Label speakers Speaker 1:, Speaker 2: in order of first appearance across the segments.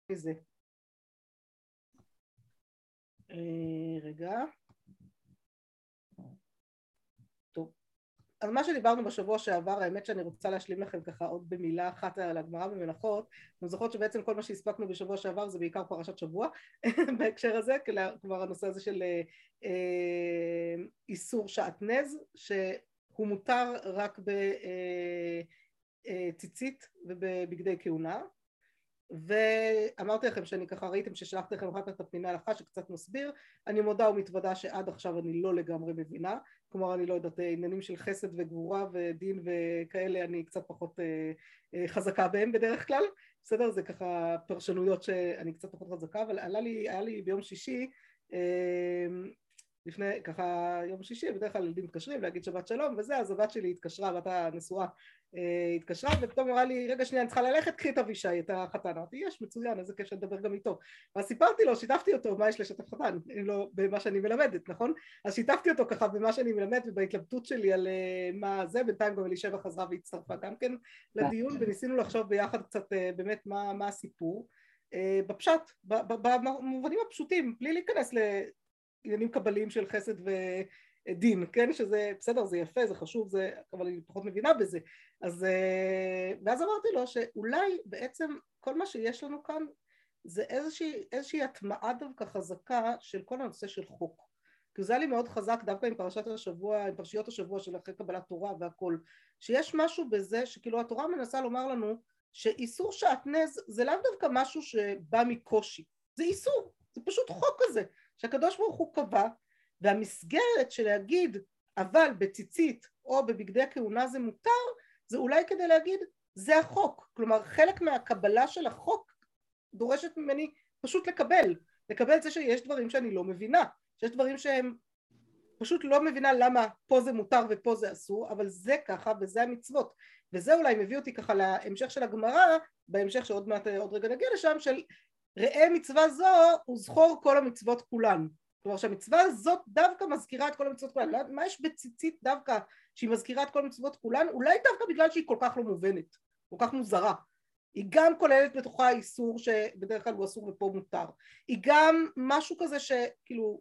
Speaker 1: מזה. רגע. טוב. אז מה שדיברנו בשבוע שעבר, האמת שאני רוצה להשלים לכם ככה עוד במילה אחת על הגמרא במנחות. אני זוכרת שבעצם כל מה שהספקנו בשבוע שעבר זה בעיקר פרשת שבוע בהקשר הזה, כלומר הנושא הזה של איסור שעטנז, שהוא מותר רק בציצית ובבגדי כהונה. ואמרתי לכם שאני ככה ראיתם ששלחתי לכם אחר כך את הפנינה הלכה שקצת מסביר. אני מודה ומתוודה שעד עכשיו אני לא לגמרי מבינה, כלומר אני לא יודעת, עניינים של חסד וגבורה ודין וכאלה אני קצת פחות חזקה בהם בדרך כלל, בסדר? זה ככה פרשנויות שאני קצת פחות חזקה, אבל היה לי ביום שישי, לפני ככה יום שישי בדרך כלל ילדים מתקשרים להגיד שבת שלום וזה, אז הבת שלי התקשרה, הבת הנשואה התקשרה ופתאום אמרה לי רגע שנייה אני צריכה ללכת, קחי את אבישי את החתן. אמרתי יש מצוין, איזה כיף לדבר גם איתו. אז סיפרתי לו, שיתפתי אותו מה יש לשתף חתן, לא במה שאני מלמדת, נכון? אז שיתפתי אותו ככה במה שאני מלמדת ובהתלבטות שלי על מה זה. בינתיים גם אלישבע חזרה והצטרפה גם כן לדיון וניסינו לחשוב ביחד קצת באמת מה הסיפור בפשט, במובנים הפשוטים, בלי להיכנס לעניינים קבליים של חסד ודין, כן? שזה בסדר, זה יפה, זה חשוב, זה, אבל אני פחות מבינה בזה. אז ואז אמרתי לו שאולי בעצם כל מה שיש לנו כאן זה איזושהי הטמעה דווקא חזקה של כל הנושא של חוק. כי זה היה לי מאוד חזק דווקא עם פרשת השבוע, עם פרשיות השבוע של אחרי קבלת תורה והכל, שיש משהו בזה שכאילו התורה מנסה לומר לנו שאיסור שעטנז זה לאו דווקא משהו שבא מקושי, זה איסור, זה פשוט חוק כזה שהקדוש ברוך הוא קבע, והמסגרת של להגיד אבל בציצית או בבגדי הכהונה זה מותר, זה אולי כדי להגיד זה החוק. כלומר חלק מהקבלה של החוק דורשת ממני פשוט לקבל את זה שיש דברים שאני לא מבינה, שיש דברים שהם פשוט לא מבינה למה פה זה מותר ופה זה אסור, אבל זה ככה וזה המצוות. וזה אולי מביא אותי ככה להמשך של הגמרא, בהמשך שעוד מעט עוד רגע נגיע לשם, של ראה מצווה זו וזכור כל המצוות כולן. כלומר שהמצווה הזאת דווקא מזכירה את כל המצוות כולן. מה יש בציצית דווקא שהיא מזכירה את כל המצוות כולן? אולי דווקא בגלל שהיא כל כך לא מובנת, כל כך מוזרה. היא גם כוללת בתוכה איסור שבדרך כלל הוא אסור ופה מותר. היא גם משהו כזה שכאילו,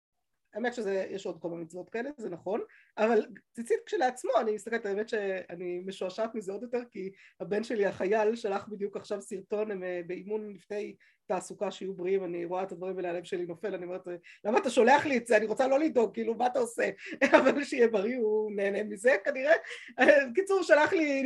Speaker 1: האמת שיש עוד כל מיני מצוות כאלה, זה נכון, אבל ציצית כשלעצמו, אני מסתכלת, האמת שאני משועשעת מזה עוד יותר, כי הבן שלי החייל שלח בדיוק עכשיו סרטון, הם באימון לפני תעסוקה שיהיו בריאים, אני רואה את הדברים האלה, הלב שלי נופל, אני אומרת, למה אתה שולח לי את זה? אני רוצה לא לדאוג, כאילו מה אתה עושה? אבל שיהיה בריא, הוא נהנה מזה כנראה. קיצור, שלח לי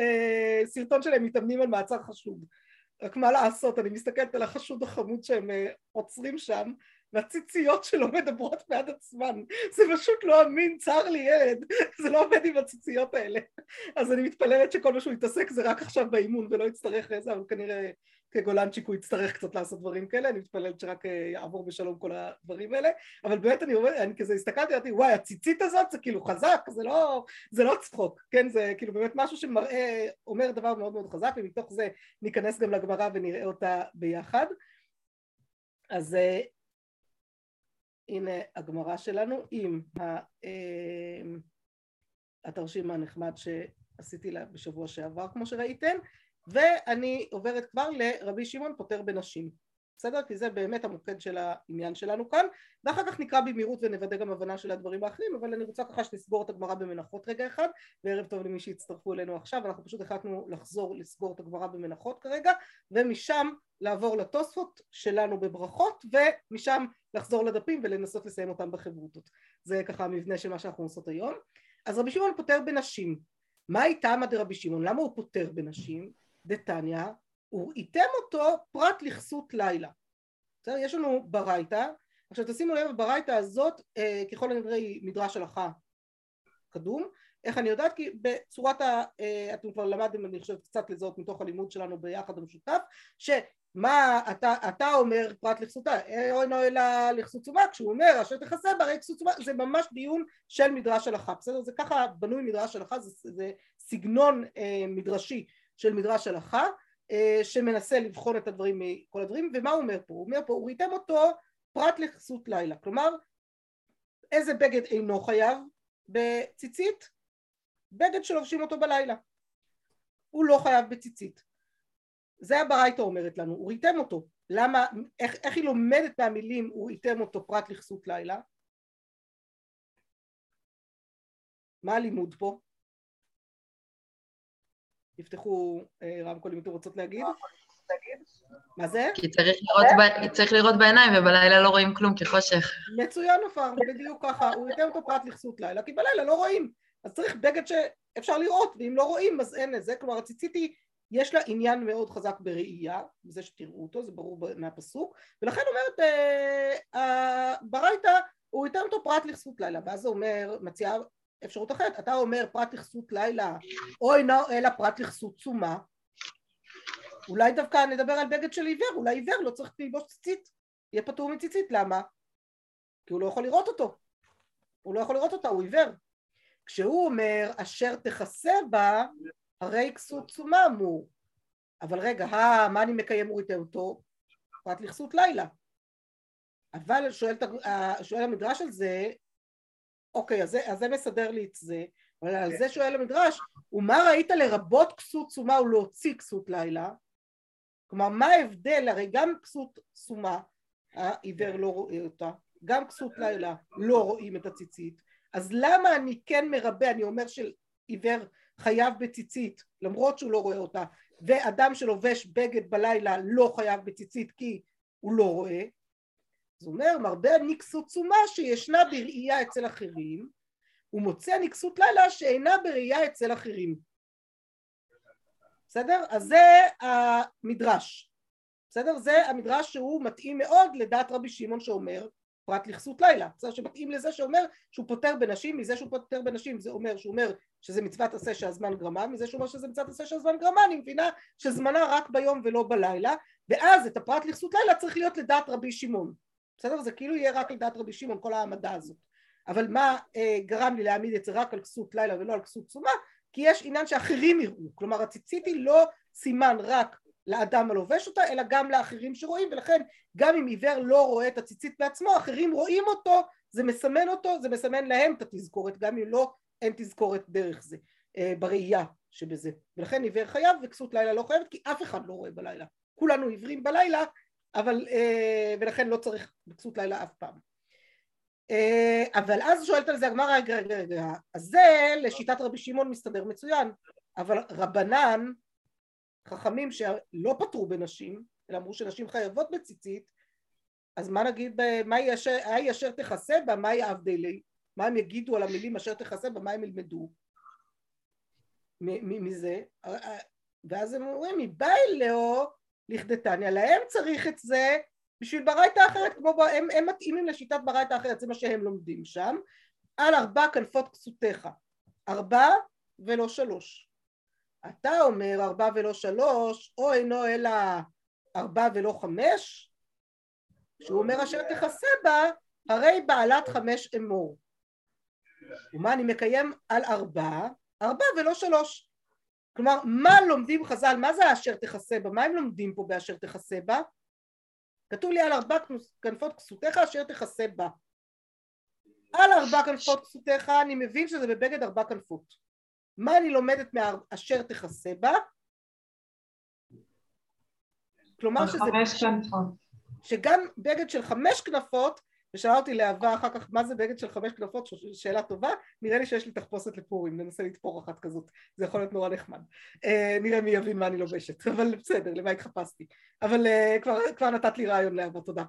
Speaker 1: סרטון שלהם מתאמנים על מעצר חשוד. רק מה לעשות, אני מסתכלת על החשוד החמוד שהם עוצרים שם, והציציות שלו מדברות בעד עצמן, זה פשוט לא אמין, צר לי ילד, זה לא עובד עם הציציות האלה. אז אני מתפללת שכל מה שהוא יתעסק זה רק עכשיו באימון ולא יצטרך איזה, אבל כנראה כגולנצ'יק הוא יצטרך קצת לעשות דברים כאלה, אני מתפללת שרק יעבור בשלום כל הדברים האלה, אבל באמת אני כזה הסתכלתי, אמרתי וואי הציצית הזאת זה כאילו חזק, זה לא צחוק, כן, זה כאילו באמת משהו שמראה, אומר דבר מאוד מאוד חזק, ומתוך זה ניכנס גם לגמרא ונראה אותה ביחד. אז הנה הגמרא שלנו עם התרשים הנחמד שעשיתי לה בשבוע שעבר כמו שראיתם, ואני עוברת כבר לרבי שמעון פוטר בנשים, בסדר? כי זה באמת המוקד של העניין שלנו כאן, ואחר כך נקרא במהירות ונוודא גם הבנה של הדברים האחרים, אבל אני רוצה ככה שנסגור את הגמרא במנחות רגע אחד, וערב טוב למי שהצטרפו אלינו עכשיו. אנחנו פשוט החלטנו לסגור את הגמרא במנחות כרגע, ומשם לעבור לתוספות שלנו בברכות, ומשם לחזור לדפים ולנסות לסיים אותם בחברותות. זה ככה המבנה של מה שאנחנו עושות היום. אז רבי שמעון פוטר בנשים. מה איתם עד רבי שמעון? למה הוא פוטר בנשים? דתניא, וראיתם אותו פרט לכסות לילה. בסדר? יש לנו ברייתא, עכשיו תשימו לב, ברייתא הזאת ככל הנראה היא מדרש הלכה קדום. איך אני יודעת? כי בצורת אתם כבר למדתם, אני חושבת קצת לזאת מתוך הלימוד שלנו ביחד המשותף, שמה אתה אומר פרט לכסותה, אינו אלא לכסות סומה, כשהוא אומר אשר תכסה ברי כסות סומה, זה ממש דיון של מדרש הלכה, בסדר? זה ככה בנוי מדרש הלכה, זה סגנון מדרשי של מדרש הלכה, שמנסה לבחון את הדברים מכל הדברים. ומה הוא אומר פה? הוא אומר פה, וראיתם אותו פרט לכסות לילה, כלומר איזה בגד אינו חייב בציצית? בגד שלובשים אותו בלילה, הוא לא חייב בציצית. זה הברייתא אומרת לנו, וראיתם אותו. למה, איך היא לומדת מהמילים וראיתם אותו פרט לכסות לילה? מה הלימוד פה? תפתחו רמקול אם אתם רוצות להגיד. מה זה?
Speaker 2: כי צריך לראות בעיניים, ובלילה לא רואים כלום כחושך.
Speaker 1: מצוין עופר, בדיוק ככה, הוא ייתן אותו פרט לכסות לילה, כי בלילה לא רואים, אז צריך בגד שאפשר לראות, ואם לא רואים אז אין לזה, כלומר הציצית יש לה עניין מאוד חזק בראייה, בזה שתראו אותו, זה ברור מהפסוק, ולכן אומרת ברייתא, הוא ייתן אותו פרט לכסות לילה, ואז זה אומר, מציעה אפשרות אחרת, אתה אומר פרט לכסות לילה, או אינו אלא פרט לכסות צומה, אולי דווקא נדבר על בגד של עיוור, אולי עיוור לא צריך ללבוש ציצית, יהיה פטור מציצית, למה? כי הוא לא יכול לראות אותו, הוא לא יכול לראות אותה, הוא עיוור. כשהוא אומר אשר תכסה בה, הרי כסות צומה אמור. אבל רגע, מה אני מקיים וראיתם אותו? פרט לכסות לילה. אבל שואל המדרש על זה, אוקיי, אז זה מסדר לי את זה, אבל על זה שואל המדרש, ומה ראית לרבות כסות צומה ולהוציא כסות לילה? כלומר, מה ההבדל? הרי גם כסות צומה, העיוור לא רואה אותה, גם כסות לילה לא רואים את הציצית, אז למה אני כן מרבה, אני אומר שעיוור חייב בציצית למרות שהוא לא רואה אותה, ואדם שלובש בגד בלילה לא חייב בציצית כי הוא לא רואה, זאת אומרת מרבה אני כסות צומה שישנה בראייה אצל אחרים, ומוצא אני כסות לילה שאינה בראייה אצל אחרים. בסדר? אז זה המדרש, בסדר? זה המדרש שהוא מתאים מאוד לדעת רבי שמעון שאומר פרט לכסות לילה, בסדר? שמתאים לזה שאומר שהוא פותר בנשים, מזה שהוא פותר בנשים זה אומר שהוא אומר שזה מצוות עשה שהזמן גרמה, מזה שהוא אומר שזה מצוות עשה שהזמן גרמה, אני מבינה שזמנה רק ביום ולא בלילה, ואז את הפרט לכסות לילה צריך להיות לדעת רבי שמעון, בסדר? זה כאילו יהיה רק לדעת רבי שמעון כל העמדה הזאת, אבל מה גרם לי להעמיד את זה רק על כסות לילה ולא על כסות צומה? כי יש עניין שאחרים יראו, כלומר הציצית היא לא סימן רק לאדם הלובש אותה, אלא גם לאחרים שרואים, ולכן גם אם עיוור לא רואה את הציצית בעצמו, אחרים רואים אותו, זה מסמן אותו, זה מסמן להם את התזכורת, גם אם לא, אין תזכורת דרך זה, בראייה שבזה, ולכן עיוור חייב וכסות לילה לא חייבת, כי אף אחד לא רואה בלילה, כולנו עיוורים בלילה, אבל, ולכן לא צריך בכסות לילה אף פעם. אבל אז שואלת על זה הגמרא, רגע, אז זה לשיטת רבי שמעון מסתדר מצוין, אבל רבנן, חכמים שלא פטרו בנשים, אלא אמרו שנשים חייבות בציצית, אז מה נגיד, מהי אשר תכסה בה, מהי אבדלי, מה הם יגידו על המילים אשר תכסה בה, מה הם ילמדו מזה, ואז הם אומרים, מבאי לאו לכדתניא, להם צריך את זה, בשביל ברייתא אחרת, כמו הם מתאימים לשיטת ברייתא אחרת, זה מה שהם לומדים שם, על 4 כנפות כסותיך, 4 ולא 3. אתה אומר 4 ולא 3, או אינו אלא 4 ולא 5, שהוא אומר אשר תכסה בה, הרי בעלת 5 אמור. ומה אני מקיים על 4? 4 ולא 3. כלומר, מה לומדים חז"ל? מה זה אשר תכסה בה? מה הם לומדים פה באשר תכסה בה? כתוב לי על 4 כנפות כסותיך אשר תכסה בה. על 4 כנפות כסותיך אני מבין שזה בבגד 4 כנפות. מה אני לומדת מאשר תכסה בה? כלומר שזה שגם בגד של 5 כנפות, ושאלה אותי להבה אחר כך מה זה בגד של 5 כנפות, שאלה טובה, נראה לי שיש לי תחפושת לפורים, ננסה לתפור אחת כזאת, זה יכול להיות נורא נחמד, נראה מי יבין מה אני לובשת, אבל בסדר, למה התחפשתי, אבל כבר נתת לי רעיון להבה, תודה.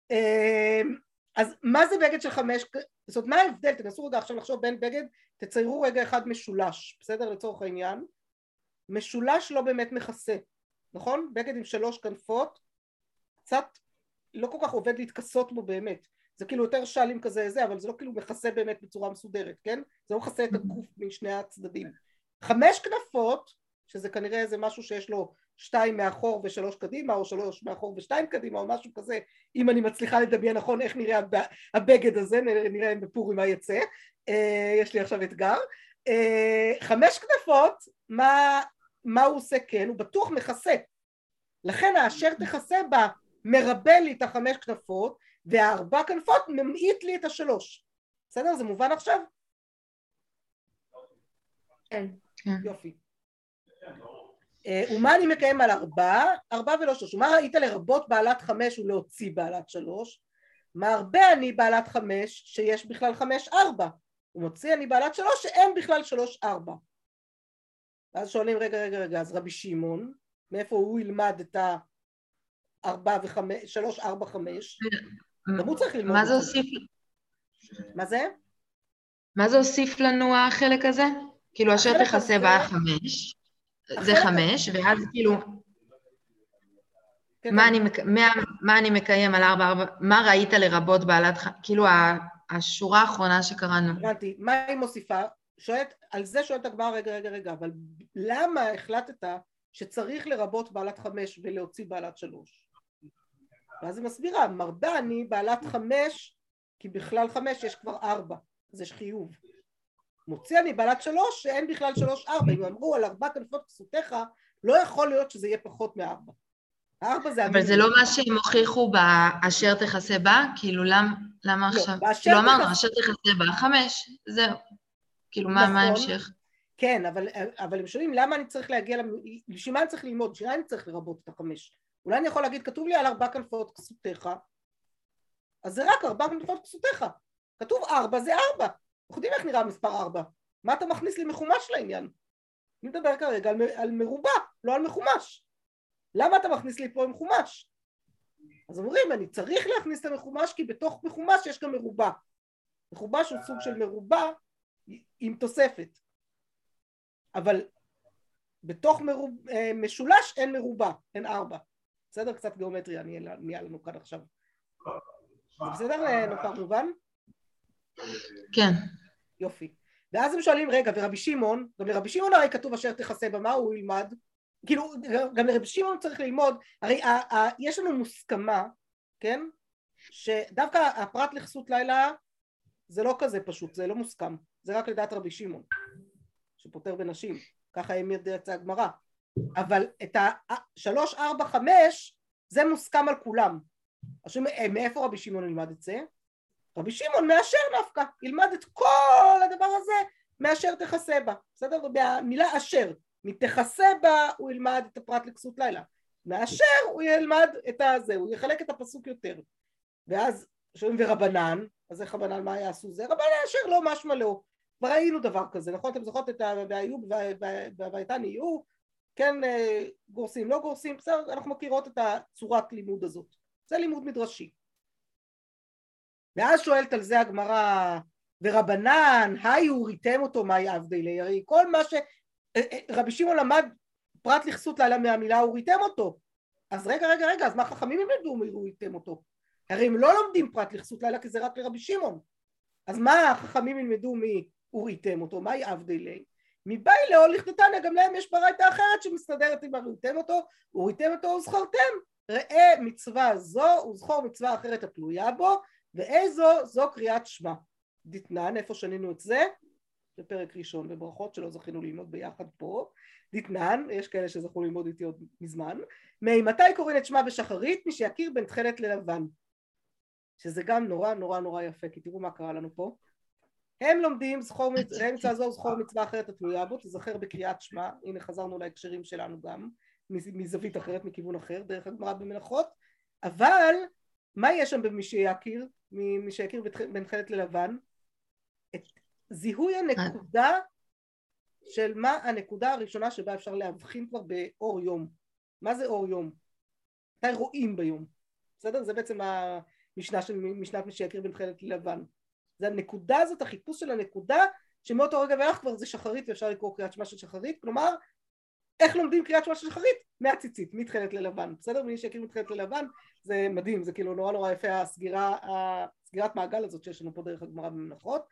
Speaker 1: אז מה זה בגד של 5, זאת אומרת מה ההבדל, תנסו רגע עכשיו לחשוב בין בגד, תציירו רגע אחד משולש, בסדר לצורך העניין, משולש לא באמת מכסה, נכון? בגד עם 3 כנפות, קצת לא כל כך עובד להתכסות בו באמת, זה כאילו יותר שלים כזה זה, אבל זה לא כאילו מכסה באמת בצורה מסודרת, כן? זה לא מכסה את הגוף משני הצדדים. 5 כנפות, שזה כנראה איזה משהו שיש לו 2 מאחור ו3 קדימה, או 3 מאחור ו2 קדימה, או משהו כזה, אם אני מצליחה לדמיין נכון איך נראה הבגד הזה, נראה בפורים מה יצא, יש לי עכשיו אתגר. 5 כנפות, מה הוא עושה? כן, הוא בטוח מכסה, לכן האשר תכסה בה מרבה לי את 5 כנפות, וה4 כנפות ממעיט לי את 3. בסדר? זה מובן עכשיו?
Speaker 2: כן.
Speaker 1: יופי. ומה אני מקיים על 4? 4 ולא 3. ומה ראית לרבות בעלת 5 ולהוציא בעלת 3? מה הרבה אני בעלת 5 שיש בכלל 5, 4. ומוציא אני בעלת 3 שאין בכלל 3, 4. ואז שואלים רגע, אז רבי שמעון, מאיפה הוא ילמד את ה-4 ו-5, 3, 4, 5? גם הוא צריך ללמוד
Speaker 2: מה
Speaker 1: את
Speaker 2: זה
Speaker 1: זה.
Speaker 2: הוסיף?
Speaker 1: מה זה?
Speaker 2: מה זה הוסיף לנו החלק הזה? כאילו אשר
Speaker 1: החלק
Speaker 2: תכסה
Speaker 1: הזה-
Speaker 2: בה 5, זה
Speaker 1: החלק-
Speaker 2: 5, ואז כאילו,
Speaker 1: כן,
Speaker 2: מה אני מקיים על 4, מה ראית לרבות בעלת, כאילו השורה האחרונה שקראנו.
Speaker 1: הבנתי, מה היא מוסיפה? על זה שואלת הגמרא, רגע, אבל למה החלטת שצריך לרבות בעלת 5 ולהוציא בעלת 3? ואז היא מסבירה, מרבה אני בעלת 5, כי בכלל 5 יש כבר 4, אז יש חיוב. מוציא אני בעלת 3 שאין בכלל 3, 4. אם אמרו על 4 כנפות כסותיך, לא יכול להיות שזה יהיה פחות מ4. 4 זה
Speaker 2: אבל זה לא מה שהם הוכיחו באשר תכסה בה, כאילו למה עכשיו? כאילו אמרנו, אשר תכסה בה 5, זהו. כאילו מה ההמשך?
Speaker 1: כן, אבל הם שואלים למה אני צריך להגיע, לשמה אני צריך ללמוד, לשמה אני צריך לרבות את 5. אולי אני יכול להגיד, כתוב לי על 4 כנפות כסותיך, אז זה רק 4 כנפות כסותיך. כתוב 4 זה 4. אנחנו יודעים איך נראה המספר 4. מה אתה מכניס לי מחומש לעניין? אני מדבר כרגע על מרובע, לא על מחומש. למה אתה מכניס לי פה עם חומש? אז אומרים, אני צריך להכניס את המחומש, כי בתוך מחומש יש גם מרובע. מחומש הוא סוג של מרובע עם תוספת. אבל בתוך משולש אין מרובע, אין 4. בסדר? קצת גיאומטריה נהיה לנו כאן עכשיו. זה בסדר, נופר מובן?
Speaker 2: כן.
Speaker 1: יופי. ואז הם שואלים, רגע, ורבי שמעון, גם לרבי שמעון הרי כתוב אשר תכסה במה, הוא ילמד, כאילו, גם לרבי שמעון צריך ללמוד, הרי יש לנו מוסכמה, כן? שדווקא הפרט לכסות לילה, זה לא כזה פשוט, זה לא מוסכם, זה רק לדעת רבי שמעון, שפותר בנשים, ככה הם ידעת הגמרא, אבל את ה-3, 4, 5, זה מוסכם על כולם. עכשיו, מאיפה רבי שמעון ילמד את זה? רבי שמעון מאשר נפקא, ילמד את כל הדבר הזה מאשר תכסה בה, בסדר? במילה אשר, מתכסה בה הוא ילמד את הפרט לכסות לילה, מאשר הוא ילמד את הזה, הוא יחלק את הפסוק יותר. ואז שואלים ורבנן, אז איך רבנן מה יעשו זה? רבנן אשר לא משמע לא, כבר ראינו דבר כזה, נכון? אתם זוכרות את באיוב והויתן יהיו, כן גורסים לא גורסים, בסדר? אנחנו מכירות את הצורת לימוד הזאת, זה לימוד מדרשי. ואז שואלת על זה הגמרא, ורבנן, היו ריתם אותו מה יעבדי לי, הרי כל מה שרבי שמעון למד פרט לכסות לילה מהמילה הוא ריתם אותו, אז רגע, אז מה חכמים ילמדו הוא ריתם אותו? הרי הם לא לומדים פרט לכסות לילה כי זה רק לרבי שמעון, אז מה החכמים ילמדו הוא ריתם אותו, מה יעבדי לי? מבאי לאו לכתתניא, גם להם יש ברייתא אחרת שמסתדרת עם הריתם אותו, הוא ריתם אותו וזכרתם, ראה מצווה זו וזכור מצווה אחרת התלויה בו, ואיזו זו קריאת שמע. דתנן, איפה שנינו את זה? בפרק ראשון בברכות שלא זכינו ללמוד ביחד פה. דתנן, יש כאלה שזכו ללמוד איתי עוד מזמן. ממתי קוראים את שמע בשחרית? מי שיכיר בין תכלת ללבן. שזה גם נורא יפה, כי תראו מה קרה לנו פה. הם לומדים, ראה מצווה זו זכור מצווה אחרת התלויה בו, תזכר בקריאת שמע, הנה חזרנו להקשרים שלנו גם, מזווית אחרת, מכיוון אחר, דרך הגמרא במלאכות, אבל מה יש שם במי שיכיר, מי שיכיר בין תכלת ללבן? את זיהוי הנקודה של מה הנקודה הראשונה שבה אפשר להבחין כבר באור יום. מה זה אור יום? מתי רואים ביום? בסדר? זה בעצם המשנה של משנת מי שיכיר בין תכלת ללבן. זה הנקודה הזאת, החיפוש של הנקודה, שמאותו רגע ואילך כבר זה שחרית ואפשר לקרוא קריאת שמע של שחרית, כלומר, איך לומדים קריאת שמע של שחרית? מהציצית, מתכלת ללבן, בסדר? מי שיכיר מתכלת ללבן, זה מדהים, זה כאילו נורא יפה הסגירת מעגל הזאת שיש לנו פה דרך הגמרא במנחות,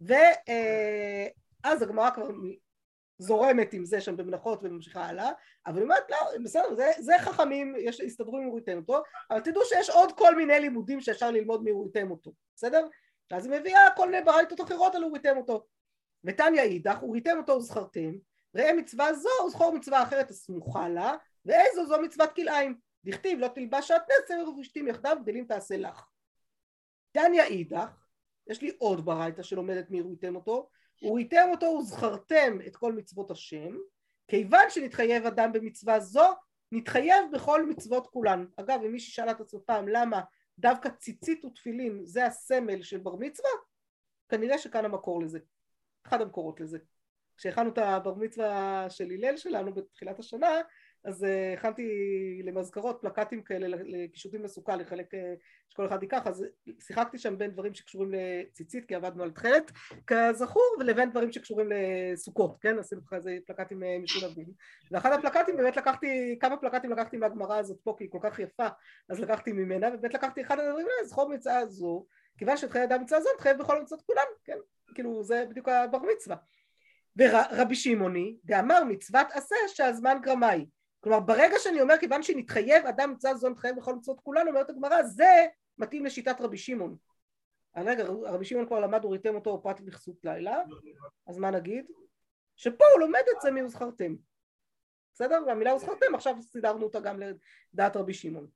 Speaker 1: ואז הגמרא כבר זורמת עם זה שם במנחות וממשיכה הלאה, אבל היא אומרת, לא, בסדר, זה חכמים, הסתדרו עם וריתם אותו, אבל תדעו שיש עוד כל מיני לימודים שאפשר ללמוד מוריתם אותו, בסדר? אז היא מביאה כל מיני ברייתות אחרות על וריתם אותו, ותניא אידך, וריתם אותו וזכרתם, ראה מצווה זו וזכור מצווה אחרת הסמוכה לה, ואיזו זו מצוות כלאיים, דכתיב לא תלבש שעטנז צמר ופשתים יחדיו גדלים תעשה לך. תניא אידך, יש לי עוד ברייתא שלומדת מי וריתם אותו, וריתם אותו וזכרתם את כל מצוות השם, כיוון שנתחייב אדם במצווה זו, נתחייב בכל מצוות כולן. אגב, אם מישהי שאלה את עצמו פעם למה דווקא ציצית ותפילין זה הסמל של בר מצווה, כנראה שכאן המקור לזה, אחד המקורות לזה. כשהכנו את הבר מצווה של הלל שלנו בתחילת השנה, אז הכנתי למזכרות פלקטים כאלה לקישוטים לסוכה, לחלק שכל אחד ייקח, אז שיחקתי שם בין דברים שקשורים לציצית, כי עבדנו על תכלת כזכור, ולבין דברים שקשורים לסוכות, כן? עשינו לך איזה פלקטים משולבים. ואחד הפלקטים, באמת לקחתי, כמה פלקטים לקחתי מהגמרא הזאת פה, כי היא כל כך יפה, אז לקחתי ממנה, ובאמת לקחתי אחד הדברים, זכור מצווה הזו, כיוון שתחייב אדם מצווה הזו, תחייב בכל המצוות כולן, כן? כאילו זה בדיוק הבר מצווה. ורבי שמעוני, דאמר מצוות עשה שהזמן גרמאי. כלומר, ברגע שאני אומר, כיוון שנתחייב, אדם מצווה זו נתחייב בכל מצוות כולנו, אומרת הגמרא, זה מתאים לשיטת רבי שמעון. רגע, רבי שמעון כבר למד, הוא ריתם אותו פרט בכסות לילה, אז מה נגיד? שפה הוא לומד את זה מוזכרתם. בסדר? והמילה הוזכרתם, עכשיו סידרנו אותה גם לדעת רבי שמעון.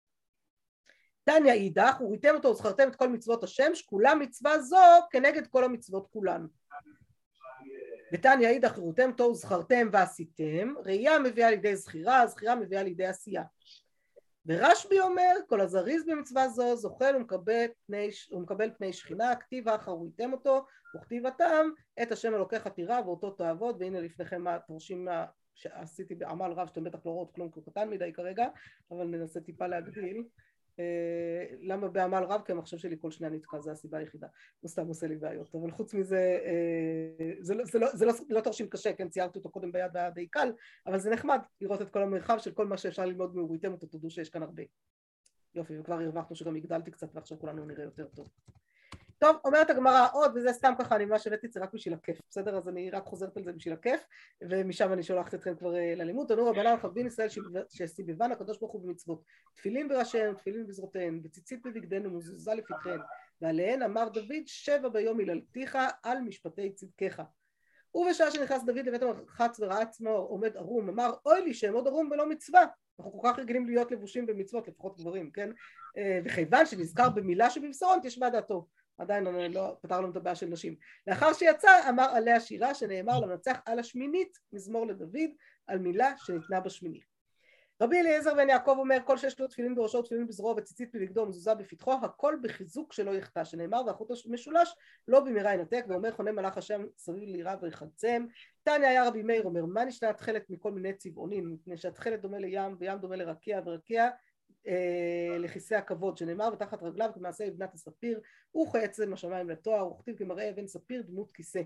Speaker 1: תניא אידך, הוא ריתם אותו, הוזכרתם את כל מצוות השם, שכולה מצווה זו כנגד כל המצוות כולן. ותניא אידך, ריתם אותו, הוזכרתם ועשיתם, ראייה מביאה לידי זכירה, זכירה מביאה לידי עשייה. ורשב"י אומר, כל הזריז במצווה זו זוכל ומקבל פני שכינה, כתיב אחר הוא ריתם אותו, וכתיבתם את השם אלוקיך תירא ואותו תעבוד, והנה לפניכם מה תורשים שעשיתי בעמל רב, שאתם בטח לא רואות כלום קטן מדי כרגע, אבל ננסה טיפה להגדיל. למה בעמל רב? כי המחשב שלי כל שניה נתקע, זה הסיבה היחידה, הוא סתם עושה לי בעיות, אבל חוץ מזה זה לא תרשים קשה, כן, ציירתי אותו קודם ביד והיה די קל, אבל זה נחמד לראות את כל המרחב של כל מה שאפשר ללמוד מהוריתם אותו, תדעו שיש כאן הרבה. יופי, וכבר הרווחנו שגם הגדלתי קצת ועכשיו כולנו נראה יותר טוב. טוב, אומרת הגמרא עוד, וזה סתם ככה, אני ממש הבאתי את זה רק בשביל הכיף, בסדר? אז אני רק חוזרת על זה בשביל הכיף, ומשם אני שולחת אתכם כבר ללימוד. תנו רבנן חבין ישראל שסיבבן הקדוש ברוך הוא במצוות, תפילין בראשיהם, תפילין בזרועותיהם, וציצית בבגדנו, ומזוזה לפתחיהן, ועליהן אמר דוד, 7 ביום היללתיך על משפטי צדקך. ובשעה שנכנס דוד לבית המרחץ וראה עצמו עומד ערום, אמר, אוי לי שאעמוד ערום ולא מצווה. אנחנו כל כך רגילים להיות לבושים במצוות, לפחות גברים, כן? וכיוון שנזכר במילה שבבשרון, תשמע דעתו. עדיין לא פתר לנו את הבעיה של נשים. לאחר שיצא אמר עליה שירה שנאמר למנצח על השמינית מזמור לדוד על מילה שניתנה בשמיני. רבי אליעזר בן יעקב אומר כל שיש לו תפילין בראשו תפילין בזרועו וציצית בבגדו מזוזה בפתחו הכל בחיזוק שלא יחטא שנאמר והחוט המשולש לא במהרה ינתק ואומר חונה מלאך השם סביב לירה ויחלצם. תניא היה רבי מאיר אומר מה נשנה התכלת מכל מיני צבעונים מפני שהתכלת דומה לים וים דומה לרקיע ורקיע לכיסא הכבוד שנאמר ותחת רגליו כמעשה לבנת הספיר וכעצם השמיים לתואר וכתיב כמראה אבן ספיר דמות כיסא.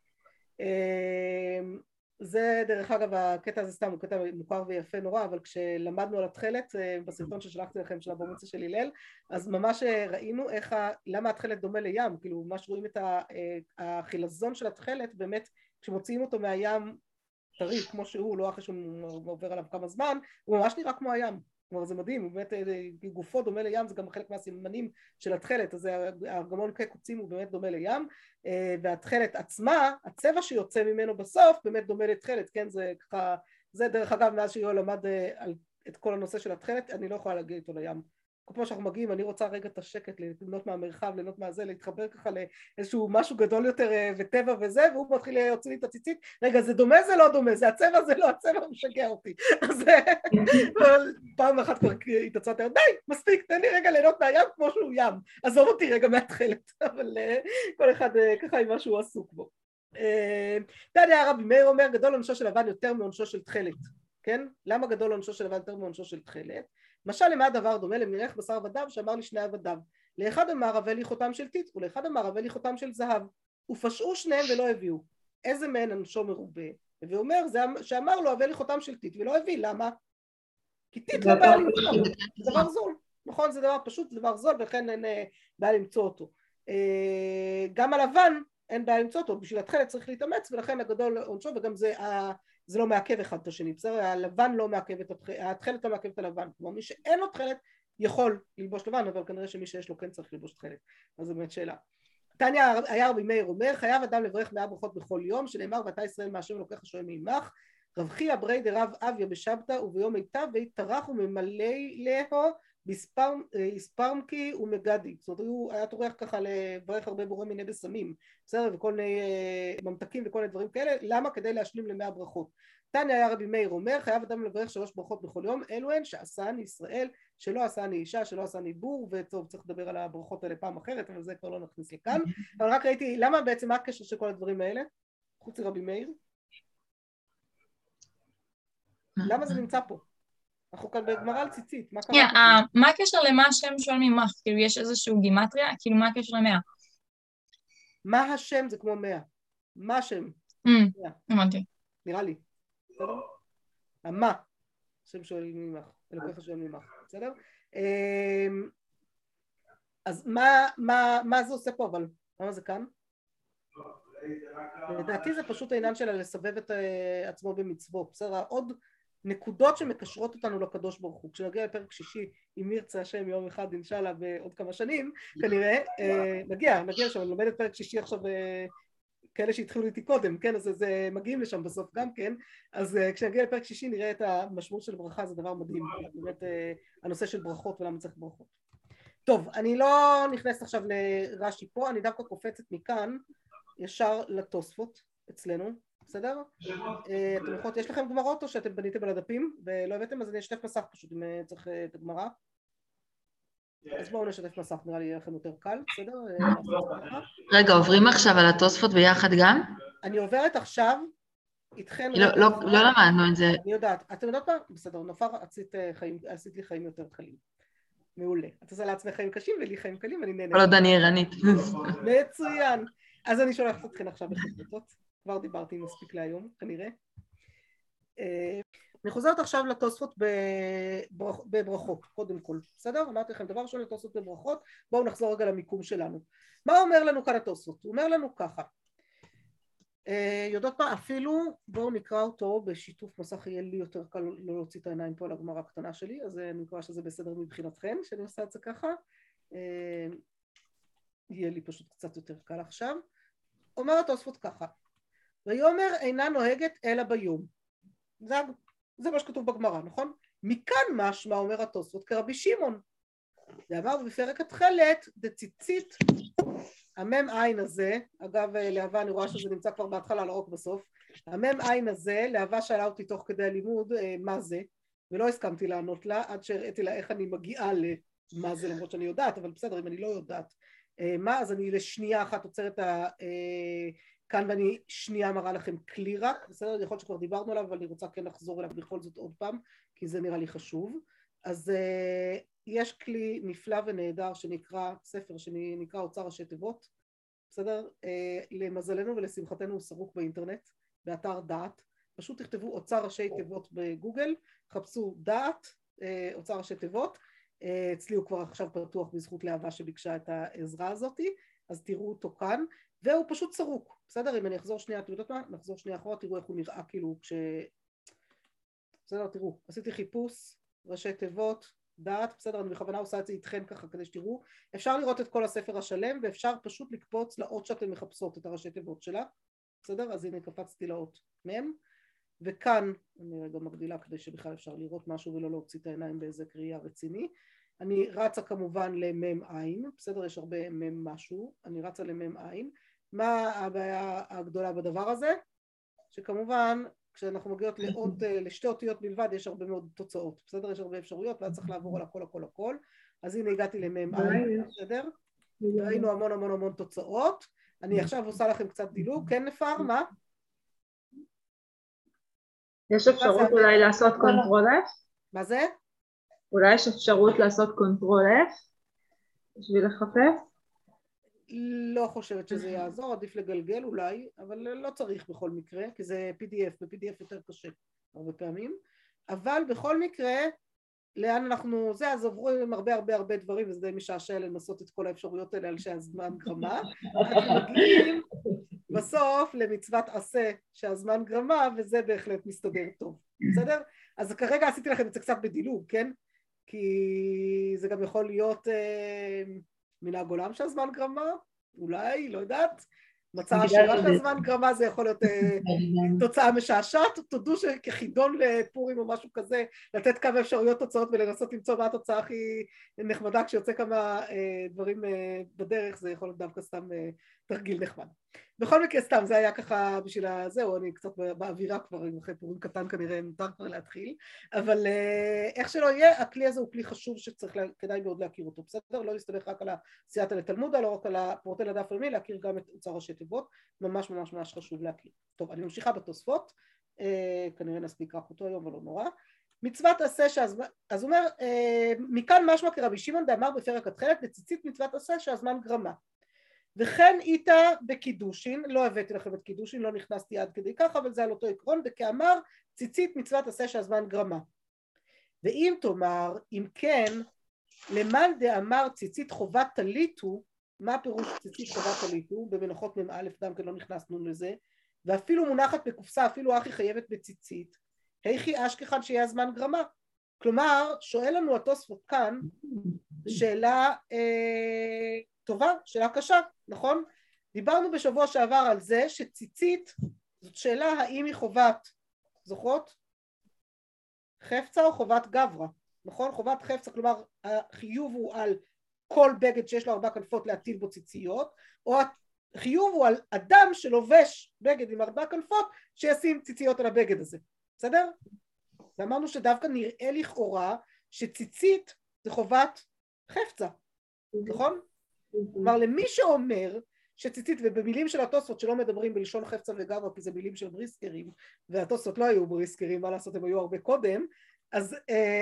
Speaker 1: זה דרך אגב הקטע הזה סתם הוא קטע מוכר ויפה נורא אבל כשלמדנו על התכלת בסרטון ששלחתי לכם של הבר מצווה של הלל אז ממש ראינו למה התכלת דומה לים כאילו ממש רואים את החילזון של התכלת באמת כשמוציאים אותו מהים טרי כמו שהוא לא אחרי שהוא עובר עליו כמה זמן הוא ממש נראה כמו הים כלומר זה מדהים, הוא באמת גופו דומה לים, זה גם חלק מהסימנים של התכלת, אז הארגמון כקוצים הוא באמת דומה לים, והתכלת עצמה, הצבע שיוצא ממנו בסוף באמת דומה לתכלת, כן, זה ככה, זה דרך אגב מאז שיואל למד את כל הנושא של התכלת, אני לא יכולה להגיע איתו לים. כל פעם שאנחנו מגיעים, אני רוצה רגע את השקט, ליהנות מהמרחב, ליהנות מהזה, להתחבר ככה לאיזשהו משהו גדול יותר וטבע וזה, והוא מתחיל להוציא לי את הציצית, רגע זה דומה זה לא דומה, זה הצבע זה לא הצבע, הוא משגע אותי. אז פעם אחת כבר התעצרתי, די, מספיק, תן לי רגע ליהנות מהים כמו שהוא ים, עזוב אותי רגע מהתכלת, אבל כל אחד ככה עם מה שהוא עסוק בו. תניא רבי מאיר אומר, גדול עונשו של לבן יותר מעונשו של תכלת, כן? למה גדול עונשו של לבן יותר מעונשו של תכלת? משל למה הדבר דומה למרח בשר ודם שאמר לשני עבדיו לאחד אמר הבא לי חותם של טיט ולאחד אמר הבא לי חותם של זהב ופשעו שניהם ולא הביאו איזה מהן עונשו מרובה ואומר זה שאמר לו הבא לי חותם של טיט ולא הביא למה? כי טיט לא בא למצוא זה דבר זול נכון זה דבר פשוט זה דבר זול ולכן אין בעיה למצוא אותו גם הלבן אין בעיה למצוא אותו בשביל התכלת צריך להתאמץ ולכן הגדול עונשו וגם זה לא מעכב אחד את השני, בסדר? הלבן לא מעכב את התכלת לא מעכב את הלבן, כלומר מי שאין לו תכלת יכול ללבוש לבן, אבל כנראה שמי שיש לו כן צריך ללבוש תכלת, אז זו באמת שאלה. תניא היה רבי מאיר אומר, חייב אדם לברך 100 ברכות בכל יום, שנאמר ואתה ישראל מהשם אלוקיך שואל מעמך, רב חייא ברי דרב אביה בשבתא וביום מיטב ויטרח וממלא להו הספרמקי ומגדי, זאת אומרת היה טורח ככה לברך הרבה בורא מיני בשמים, בסדר, וכל מיני ממתקים וכל מיני דברים כאלה, למה? כדי להשלים ל100 ברכות. תניא היה רבי מאיר אומר, חייב אדם לברך 3 ברכות בכל יום, אלו הן שעשני ישראל, שלא עשני אישה, שלא עשני בור, וטוב צריך לדבר על הברכות האלה פעם אחרת, אבל זה כבר לא נכניס לכאן, אבל רק ראיתי, למה בעצם, מה הקשר של כל הדברים האלה, חוץ לרבי מאיר? למה זה נמצא פה? אנחנו כאן בגמרא על ציצית, מה קרה?
Speaker 3: מה הקשר למה השם שואל ממך? כאילו יש איזשהו גימטריה? כאילו מה הקשר ל100?
Speaker 1: מה השם זה כמו 100. מה השם?
Speaker 3: אמרתי.
Speaker 1: נראה לי. בסדר? המה. השם שואל ממך. אלוקיך שואל ממך. בסדר? אז מה זה עושה פה אבל? למה זה כאן? לדעתי זה פשוט העניין שלה לסבב את עצמו במצוות. בסדר? עוד נקודות שמקשרות אותנו לקדוש ברוך הוא. כשנגיע לפרק 6, אם ירצה השם יום אחד אינשאללה בעוד כמה שנים, כנראה נגיע לשם, אני לומדת פרק 6 עכשיו, כאלה שהתחילו איתי קודם, כן, אז מגיעים לשם בסוף גם כן, אז כשנגיע לפרק 6 נראה את המשמעות של ברכה, זה דבר מדהים, באמת הנושא של ברכות ולמה צריך ברכות. טוב, אני לא נכנסת עכשיו לרש"י פה, אני דווקא קופצת מכאן ישר לתוספות אצלנו, בסדר? אתם יכולות, יש לכם גמרות או שאתם בניתם על הדפים ולא הבאתם? אז אני אשתף מסך פשוט אם צריך את הגמרה. אז בואו נשתף מסך, נראה לי יהיה לכם יותר קל, בסדר?
Speaker 2: רגע, עוברים עכשיו על התוספות ביחד גם?
Speaker 1: אני עוברת עכשיו איתכם.
Speaker 2: לא למדנו את זה.
Speaker 1: אני יודעת, אתם יודעות מה? בסדר, נופר, עשית לי חיים יותר קלים. מעולה. את עושה לעצמך חיים קשים ולי חיים קלים, אני נהנה.
Speaker 2: כל עוד אני ערנית.
Speaker 1: מצוין. אז אני שולחת אתכם עכשיו בחברות. כבר דיברתי מספיק להיום, כנראה. אני חוזרת עכשיו לתוספות בברכות, קודם כל. בסדר? אמרתי לכם דבר ראשון לתוספות בברכות, בואו נחזור רגע למיקום שלנו. מה אומר לנו כאן התוספות? הוא אומר לנו ככה. יודעות מה? אפילו בואו נקרא אותו בשיתוף מסך, יהיה לי יותר קל לא להוציא את העיניים פה על הגמרא הקטנה שלי, אז אני מקווה שזה בסדר מבחינתכם, שאני עושה את זה ככה. יהיה לי פשוט קצת יותר קל עכשיו. אומר התוספות ככה. ויאמר אינה נוהגת אלא ביום. זה מה שכתוב בגמרא, נכון? מכאן משמע אומר התוספות כרבי שמעון. ואמר בפרק התחלת דציצית המם עין הזה, אגב להבה אני רואה שזה נמצא כבר בהתחלה לא רק בסוף, המם עין הזה, להבה שאלה אותי תוך כדי הלימוד מה זה, ולא הסכמתי לענות לה עד שהראיתי לה איך אני מגיעה למה זה, למרות שאני יודעת, אבל בסדר אם אני לא יודעת מה, אז אני לשנייה אחת עוצרת כאן ואני שנייה מראה לכם כלי רק, בסדר? יכול להיות שכבר דיברנו עליו, אבל אני רוצה כן לחזור אליו בכל זאת עוד פעם, כי זה נראה לי חשוב. אז יש כלי נפלא ונהדר שנקרא, ספר שנקרא אוצר ראשי תיבות, בסדר? למזלנו ולשמחתנו הוא סרוק באינטרנט, באתר דעת, פשוט תכתבו אוצר ראשי תיבות בגוגל, חפשו דעת, אוצר ראשי תיבות, אצלי הוא כבר עכשיו פתוח בזכות להבה שביקשה את העזרה הזאת, אז תראו אותו כאן, והוא פשוט סרוק, בסדר? אם אני אחזור שנייה, אתם יודעות מה? נחזור שנייה אחורה, תראו איך הוא נראה כאילו בסדר, תראו, עשיתי חיפוש, ראשי תיבות, דעת, בסדר, אני בכוונה עושה את זה איתכם ככה כדי שתראו, אפשר לראות את כל הספר השלם, ואפשר פשוט לקפוץ לאות שאתם מחפשות את הראשי תיבות שלה, בסדר? אז הנה קפצתי לאות מם, וכאן, אני רגע מגדילה כדי שבכלל אפשר לראות משהו ולא להוציא את העיניים באיזה קריאה רציני, אני רצה כמובן למם עין, בסדר, יש הרבה מם משהו, אני רצה למם עין, מה הבעיה הגדולה בדבר הזה? שכמובן כשאנחנו מגיעות לשתי אותיות בלבד יש הרבה מאוד תוצאות, בסדר? יש הרבה אפשרויות ואז צריך לעבור על הכל, אז הנה הגעתי למם עין, בסדר? ראינו המון תוצאות, אני עכשיו עושה לכם קצת דילוג, כן נפאר, מה?
Speaker 3: יש אפשרות אולי לעשות קונטרול F?
Speaker 1: מה זה?
Speaker 3: אולי יש אפשרות לעשות קונטרול F בשביל לחפש?
Speaker 1: לא חושבת שזה יעזור, עדיף לגלגל אולי, אבל לא צריך בכל מקרה, כי זה PDF, ב-PDF יותר קשה הרבה פעמים, אבל בכל מקרה, לאן אנחנו, אז עברו עם הרבה דברים, וזה די משעשע לנסות את כל האפשרויות האלה על שהזמן גרמה, אנחנו מגיעים בסוף למצוות עשה שהזמן גרמה, וזה בהחלט מסתדר טוב, בסדר? אז כרגע עשיתי לכם את זה קצת בדילוג, כן? כי זה גם יכול להיות מנהג עולם שהזמן גרמה, אולי, לא יודעת, מצאה עשירה של זמן גרמה, זה יכול להיות תוצאה משעשעת, תודו שכחידון לפורים או משהו כזה, לתת כמה אפשרויות תוצאות ולנסות למצוא מה התוצאה הכי נחמדה, כשיוצא כמה דברים בדרך, זה יכול להיות דווקא סתם תרגיל נחמד. בכל מקרה סתם, זה היה ככה בשביל זהו, אני קצת באווירה כבר, אחרי פורים קטן כנראה מותר כבר להתחיל, אבל איך שלא יהיה, הכלי הזה הוא כלי חשוב שצריך, כדאי מאוד להכיר אותו, בסדר? לא להסתמך רק על סייעתא לתלמודה, לא רק על הפורטל הדף היומי, להכיר גם את אוצר ראשי תיבות, ממש ממש ממש חשוב להכיר. טוב, אני ממשיכה בתוספות, כנראה נספיק רק אותו היום, אבל לא נורא. מצוות עשה שהזמן, אז הוא אומר, מכאן משמע כרבי שמעון דאמר בפרק התחילת, בציצית מצוות עשה שהזמן גרמה. וכן איתה בקידושין, לא הבאתי לכם את קידושין, לא נכנסתי עד כדי כך, אבל זה על אותו עקרון, וכאמר ציצית מצוות עשה שהזמן גרמה. ואם תאמר, אם כן, למאן דאמר ציצית חובת תליתו, מה פירוש ציצית חובת תליתו? במנחות מ"א גם כן לא נכנסנו לזה, ואפילו מונחת בקופסה, אפילו אחי חייבת בציצית, היכי אשכחן שיהיה הזמן גרמה. כלומר, שואל לנו התוספות כאן, שאלה טובה, שאלה קשה, נכון? דיברנו בשבוע שעבר על זה שציצית, זאת שאלה האם היא חובת, זוכרות? חפצה או חובת גברא, נכון? חובת חפצה, כלומר החיוב הוא על כל בגד שיש לו 4 כנפות להטיל בו ציציות, או החיוב הוא על אדם שלובש בגד עם 4 כנפות שישים ציציות על הבגד הזה, בסדר? ואמרנו שדווקא נראה לכאורה שציצית זה חובת חפצה, נכון? כלומר למי שאומר שציצית, ובמילים של התוספות שלא מדברים בלשון חפצה וגברא כי זה מילים של בריסקרים, והתוספות לא היו בריסקרים, מה לעשות, הם היו הרבה קודם, אז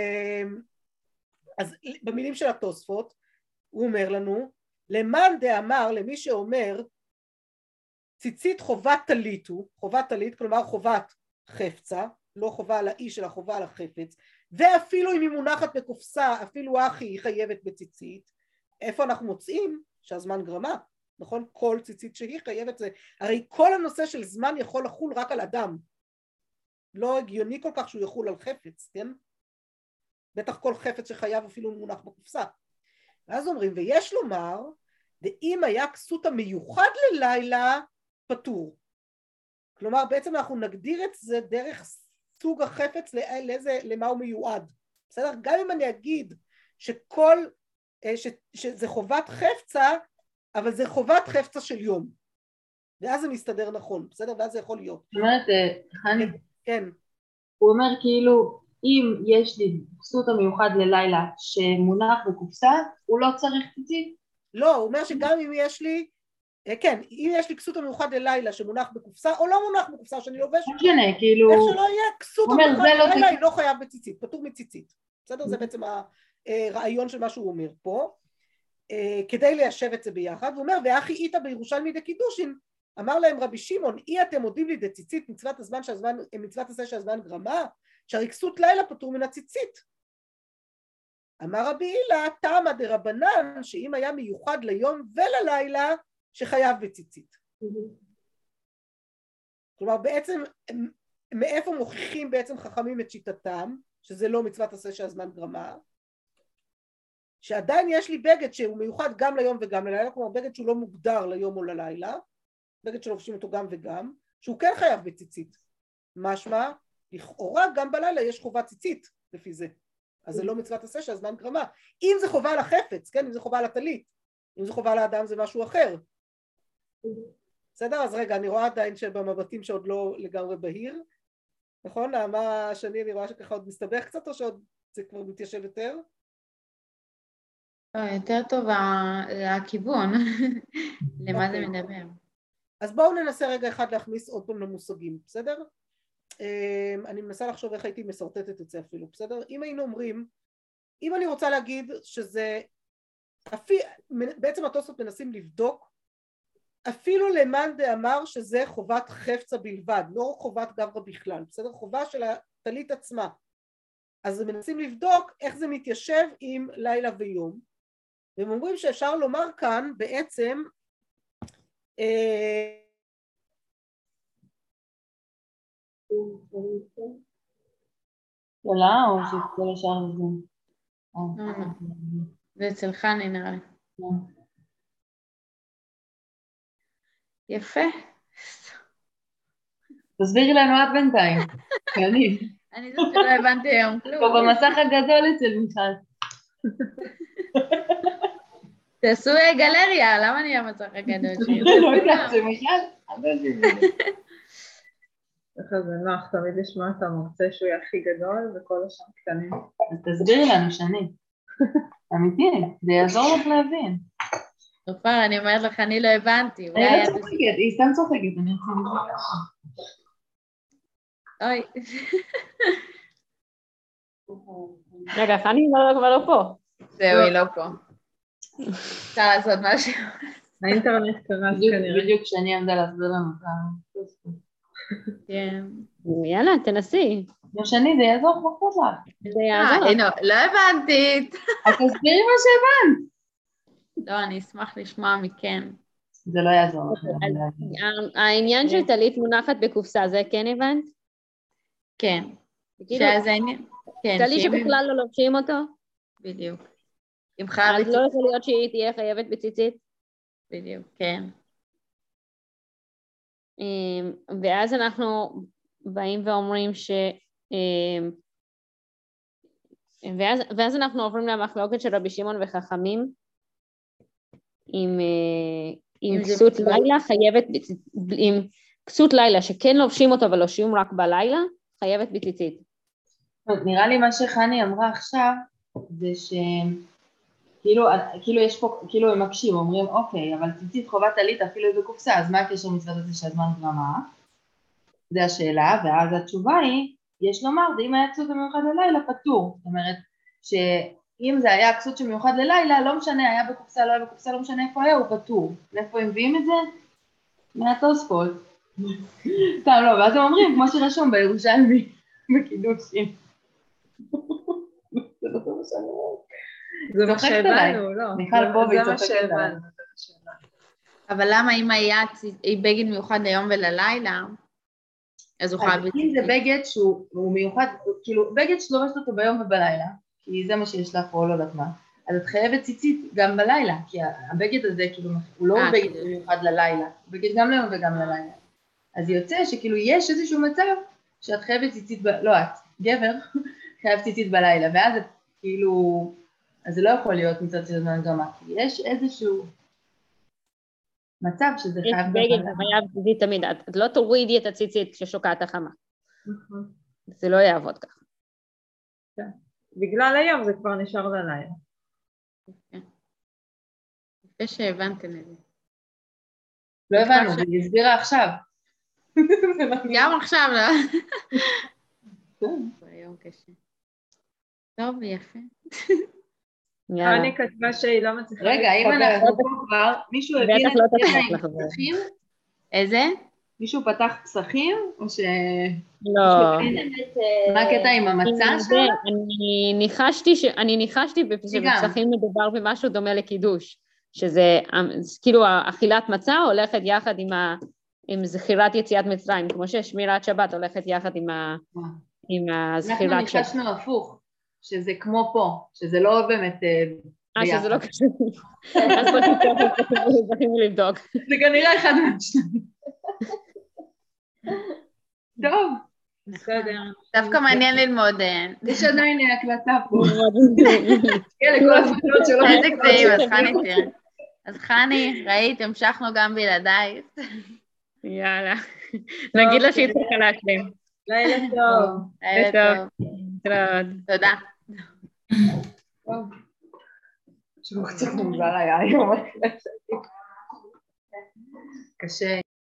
Speaker 1: במילים של התוספות הוא אומר לנו, למאן דאמר, למי שאומר ציצית חובת תליתו, חובת תלית, כלומר חובת חפצה, לא חובה על האיש אלא חובה על החפץ, ואפילו אם היא מונחת בקופסה, אפילו אחי היא חייבת בציצית, איפה אנחנו מוצאים? שהזמן גרמה, נכון? כל ציצית שהיא חייבת זה, הרי כל הנושא של זמן יכול לחול רק על אדם, לא הגיוני כל כך שהוא יחול על חפץ, כן? בטח כל חפץ שחייב אפילו מונח בקופסה. ואז אומרים, ויש לומר, ואם היה כסות המיוחד ללילה, פטור. כלומר, בעצם אנחנו נגדיר את זה דרך סוג החפץ למה הוא מיועד. בסדר? גם אם אני אגיד שזה חובת חפצה, אבל זה חובת חפצה של יום. ואז זה מסתדר נכון, בסדר? ואז זה יכול להיות.
Speaker 3: זאת אומרת, חני,
Speaker 1: כן.
Speaker 3: הוא אומר כאילו, אם יש לי כסות המיוחד ללילה שמונח בקופסה, הוא לא צריך ציצית?
Speaker 1: לא, הוא אומר שגם אם יש לי, כן, אם יש לי כסות המיוחד ללילה שמונח בקופסה, או לא מונח בקופסה שאני לובש,
Speaker 3: משנה, כאילו...
Speaker 1: איך שלא יהיה, כסות המיוחד ללילה היא לא חייב בציצית, פטור מציצית. בסדר? זה בעצם הרעיון של מה שהוא אומר פה, כדי ליישב את זה ביחד. הוא אומר, ואחי איתה בירושלמי דקידושין, אמר להם רבי שמעון, אי אתם מודים לי דציצית מצוות הזמן שהזמן, מצוות עשה שהזמן גרמה, שהרי כסות לילה פטור מן הציצית. אמר רבי הילה, תמא דרבנן, שאם היה מיוחד ליום וללילה, שחייב בציצית. כלומר, בעצם, מאיפה מוכיחים בעצם חכמים את שיטתם, שזה לא מצוות עשה שהזמן גרמה, שעדיין יש לי בגד שהוא מיוחד גם ליום וגם ללילה, כלומר בגד שהוא לא מוגדר ליום או ללילה, בגד שלובשים אותו גם וגם, שהוא כן חייב בציצית. משמע, לכאורה גם בלילה יש חובת ציצית לפי זה. אז זה לא מצוות עשה שהזמן גרמה. אם זה חובה על החפץ, כן? אם זה חובה על הטלית, אם זה חובה על האדם זה משהו אחר. בסדר? אז רגע, אני רואה עדיין שבמבטים שעוד לא לגמרי בהיר, נכון? מה השני אני רואה שככה עוד מסתבך קצת, או שעוד זה כבר מתיישב יותר?
Speaker 2: יותר טוב הכיוון, למה זה מדבר.
Speaker 1: אז בואו ננסה רגע אחד להכניס עוד פעם למושגים, בסדר? אני מנסה לחשוב איך הייתי מסרטטת את זה אפילו, בסדר? אם היינו אומרים, אם אני רוצה להגיד שזה, בעצם התוספות מנסים לבדוק, אפילו למאן דאמר שזה חובת חפצה בלבד, לא חובת גברא בכלל, בסדר? חובה של הטלית עצמה. אז הם מנסים לבדוק איך זה מתיישב עם לילה ויום, והם אומרים שאפשר לומר כאן בעצם,
Speaker 3: שאלה או שכל השאר זה?
Speaker 2: זה אצל חני נראה לי. יפה.
Speaker 3: תסבירי לנו עד בינתיים.
Speaker 2: אני זאת שלא הבנתי היום כלום.
Speaker 3: פה במסך הגדול אצל מיכל.
Speaker 2: תעשו גלריה, למה נהיה מצח הגדול שלי?
Speaker 3: לא יודעת, זה מיכל. ככה זה נוח, תמיד לשמוע את המרצה שהוא יהיה הכי גדול וכל השם קטנים. אז תסבירי לנו, שני. אמיתי, זה יעזור לך להבין.
Speaker 2: תופר, אני אומרת לך, אני לא הבנתי.
Speaker 3: אני לא צוחקת, היא סתם צוחקת, אני רוצה לזכות לך.
Speaker 2: אוי.
Speaker 4: רגע, חני כבר לא פה.
Speaker 2: זהו, היא לא פה. אפשר לעשות משהו.
Speaker 3: האינטרנט קרס כנראה. בדיוק כשאני עמדה להסביר לנו את ה...
Speaker 2: כן.
Speaker 4: יאללה, תנסי.
Speaker 3: לא שני, זה יעזור כמו לך.
Speaker 4: זה יעזור.
Speaker 2: הנה, לא הבנתי.
Speaker 3: אז תסבירי מה שהבנת.
Speaker 2: לא, אני אשמח לשמוע מכן.
Speaker 3: זה לא יעזור לך.
Speaker 4: העניין של טלית מונחת בקופסה, זה כן הבנת?
Speaker 2: כן. שאז העניין.
Speaker 4: טלית שבכלל לא לובשים אותו?
Speaker 2: בדיוק.
Speaker 4: אז לא יכול להיות שהיא תהיה חייבת בציצית?
Speaker 2: בדיוק, כן.
Speaker 4: ואז אנחנו באים ואומרים ואז אנחנו עוברים למחלוקת של רבי שמעון וחכמים, עם כסות לילה חייבת, עם כסות לילה שכן לובשים אותו ולובשים רק בלילה, חייבת בציצית.
Speaker 3: נראה לי מה שחני אמרה עכשיו, זה כאילו יש פה, כאילו הם מקשים, אומרים אוקיי, אבל ציצית חובת טלית אפילו בקופסה, אז מה הקשר מצוות הזה שהזמן גרמה? זה השאלה, ואז התשובה היא, יש לומר, זה אם היה כסות המיוחד ללילה, פטור. זאת אומרת, שאם זה היה כסות שמיוחד ללילה, לא משנה, היה בקופסה, לא היה בקופסה, לא משנה איפה היה, הוא פטור. מאיפה הם מביאים את זה? מהתוספות. סתם לא, ואז הם אומרים, כמו שרשום בירושלמי, בקידושים.
Speaker 5: זה מה שהבנו, לא.
Speaker 3: מיכל פה
Speaker 5: זה מה שהבנו.
Speaker 2: אבל למה אם היה בגד מיוחד ליום וללילה, אז הוא חייב...
Speaker 3: אם זה בגד שהוא מיוחד, כאילו בגד שלובשת אותו ביום ובלילה, כי זה מה שיש לך פה, לא יודעת מה, אז את חייבת ציצית גם בלילה, כי הבגד הזה כאילו, הוא לא בגד מיוחד ללילה, הוא בגד גם ליום וגם ללילה. אז יוצא שכאילו יש איזשהו מצב שאת חייבת ציצית, לא את, גבר, חייב ציצית בלילה, ואז את כאילו, אז זה לא יכול להיות מצד של זמן גרמה, כי יש איזשהו מצב שזה חייב
Speaker 4: בגד חייב ציצית תמיד, את לא תורידי את הציצית כששוקעת החמה. זה לא יעבוד ככה.
Speaker 5: בגלל היום זה כבר נשאר ללילה.
Speaker 2: יפה שהבנתם את זה.
Speaker 3: לא הבנו, היא הסבירה עכשיו.
Speaker 2: גם עכשיו, לא? היום קשה. טוב, יפה.
Speaker 5: אני כתבה שהיא לא מצליחה.
Speaker 3: רגע, אם אנחנו פה כבר, מישהו הבין את קטע עם פסחים?
Speaker 2: איזה?
Speaker 3: מישהו פתח פסחים? או ש...
Speaker 4: לא.
Speaker 3: מה הקטע עם המצע שלה?
Speaker 4: אני ניחשתי שבפסחים מדובר במשהו דומה לקידוש, שזה כאילו אכילת מצה הולכת יחד עם זכירת יציאת מצרים, כמו ששמירת שבת הולכת יחד עם הזכירת שבת.
Speaker 3: אנחנו ניחשנו הפוך. שזה כמו פה, שזה לא באמת ביחד.
Speaker 4: שזה לא קשור. אז בוא תצטרכו לבדוק.
Speaker 3: זה כנראה אחד מהשניים. טוב.
Speaker 5: בסדר.
Speaker 2: דווקא מעניין ללמוד.
Speaker 3: יש עדיין הקלטה פה.
Speaker 2: איזה קטעים, אז חני תראה. אז חני, ראית, המשכנו גם בלעדייך.
Speaker 4: יאללה. נגיד לה שהיא צריכה להשלים.
Speaker 5: לילה טוב.
Speaker 2: לילה טוב. תודה.
Speaker 3: שהוא קצת מוגבל היה היום. קשה.